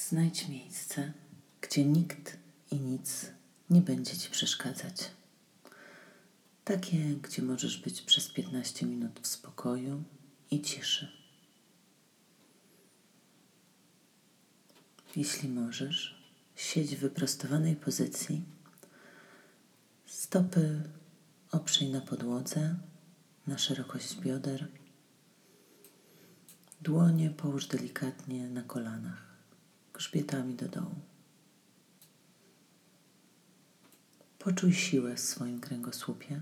Znajdź miejsce, gdzie nikt i nic nie będzie Ci przeszkadzać. Takie, gdzie możesz być przez 15 minut w spokoju i ciszy. Jeśli możesz, siedź w wyprostowanej pozycji. Stopy oprzyj na podłodze, na szerokość bioder. Dłonie połóż delikatnie na kolanach, grzbietami do dołu. Poczuj siłę w swoim kręgosłupie,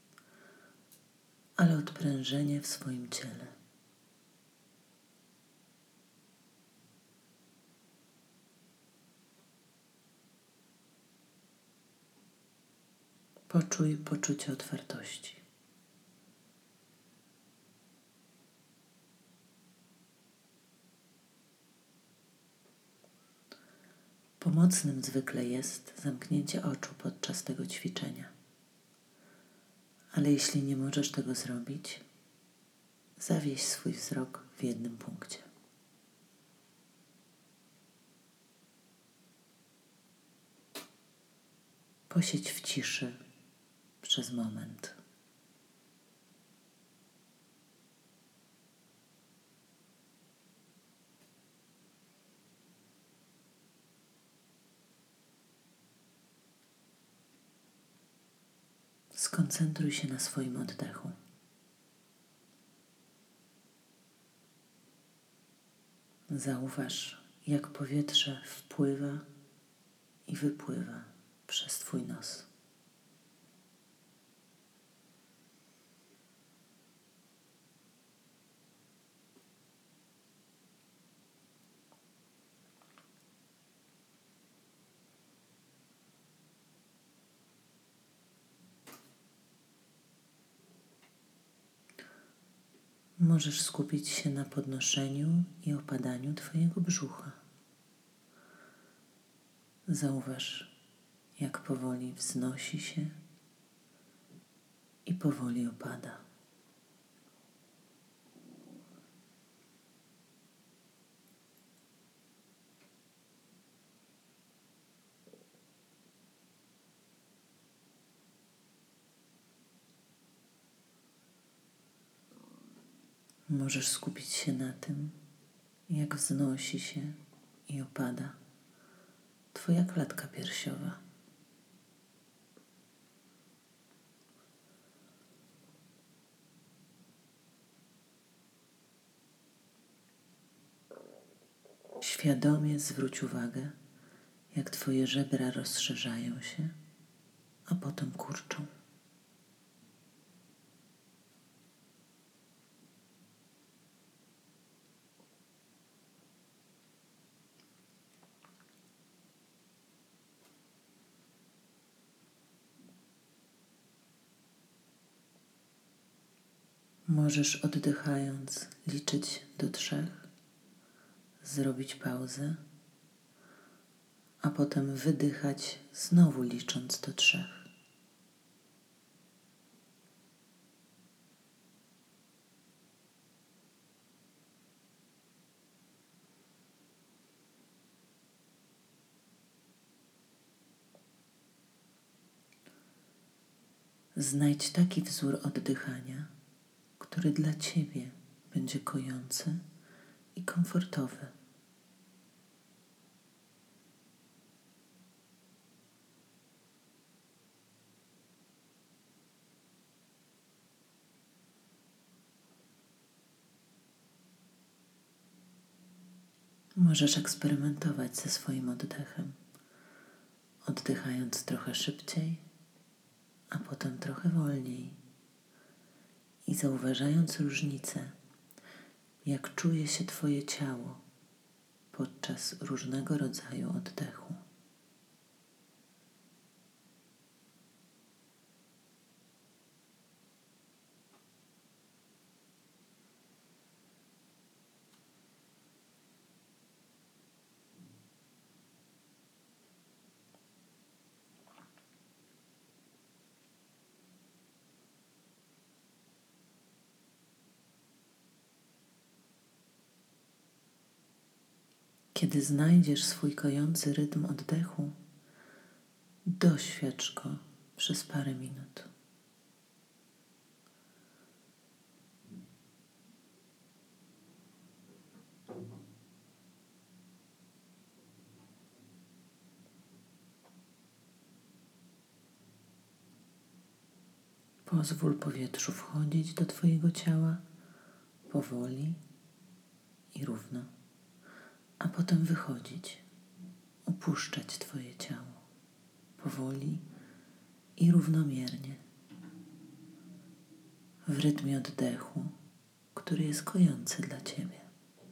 ale odprężenie w swoim ciele. Poczuj poczucie otwartości. Pomocnym zwykle jest zamknięcie oczu podczas tego ćwiczenia. Ale jeśli nie możesz tego zrobić, zawieś swój wzrok w jednym punkcie. Posiedź w ciszy przez moment. Skoncentruj się na swoim oddechu. Zauważ, jak powietrze wpływa i wypływa przez Twój nos. Możesz skupić się na podnoszeniu i opadaniu Twojego brzucha. Zauważ, jak powoli wznosi się i powoli opada. Możesz skupić się na tym, jak wznosi się i opada Twoja klatka piersiowa. Świadomie zwróć uwagę, jak Twoje żebra rozszerzają się, a potem kurczą. Możesz oddychając liczyć do 3, zrobić pauzę, a potem wydychać znowu licząc do 3. Znajdź taki wzór oddychania, który dla Ciebie będzie kojący i komfortowy. Możesz eksperymentować ze swoim oddechem, oddychając trochę szybciej, a potem trochę wolniej i zauważając różnicę, jak czuje się Twoje ciało podczas różnego rodzaju oddechu. Kiedy znajdziesz swój kojący rytm oddechu, doświadcz go przez parę minut. Pozwól powietrzu wchodzić do Twojego ciała powoli i równo, a potem wychodzić, opuszczać Twoje ciało powoli i równomiernie, w rytmie oddechu, który jest kojący dla Ciebie.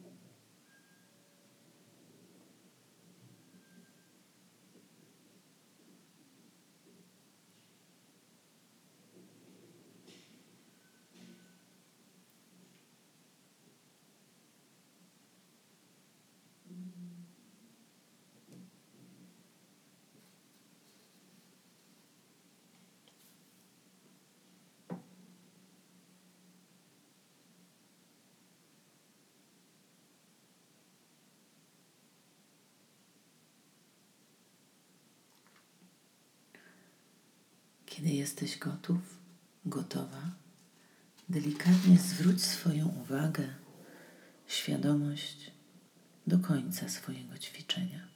Kiedy jesteś gotów, gotowa, delikatnie zwróć swoją uwagę, świadomość do końca swojego ćwiczenia.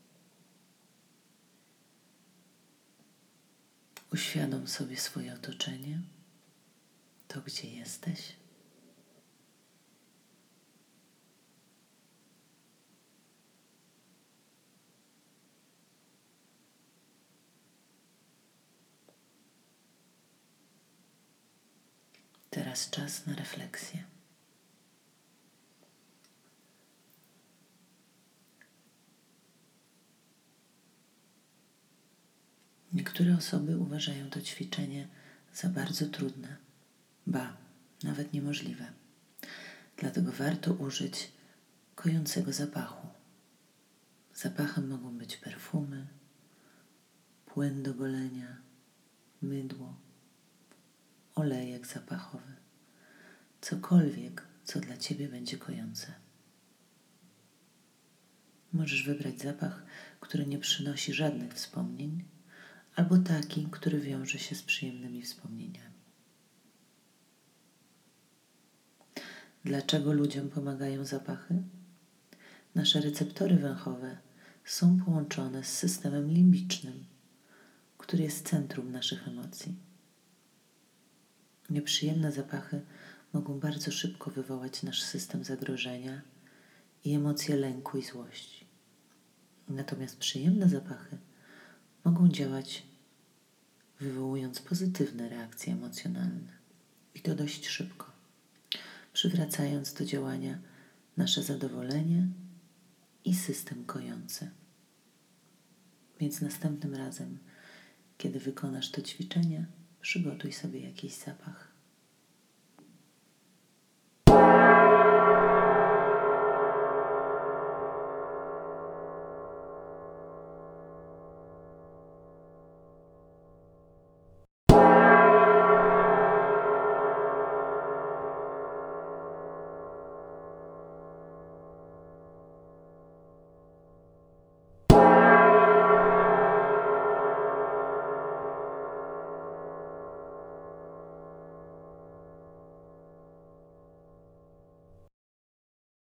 Uświadom sobie swoje otoczenie, to gdzie jesteś. Teraz czas na refleksję. Niektóre osoby uważają to ćwiczenie za bardzo trudne, ba, nawet niemożliwe. Dlatego warto użyć kojącego zapachu. Zapachem mogą być perfumy, płyn do golenia, mydło, olejek zapachowy, cokolwiek, co dla Ciebie będzie kojące. Możesz wybrać zapach, który nie przynosi żadnych wspomnień, albo taki, który wiąże się z przyjemnymi wspomnieniami. Dlaczego ludziom pomagają zapachy? Nasze receptory węchowe są połączone z systemem limbicznym, który jest centrum naszych emocji. Nieprzyjemne zapachy mogą bardzo szybko wywołać nasz system zagrożenia i emocje lęku i złości. Natomiast przyjemne zapachy mogą działać, wywołując pozytywne reakcje emocjonalne. I to dość szybko, przywracając do działania nasze zadowolenie i system kojący. Więc następnym razem, kiedy wykonasz to ćwiczenie, przygotuj sobie jakiś zapach.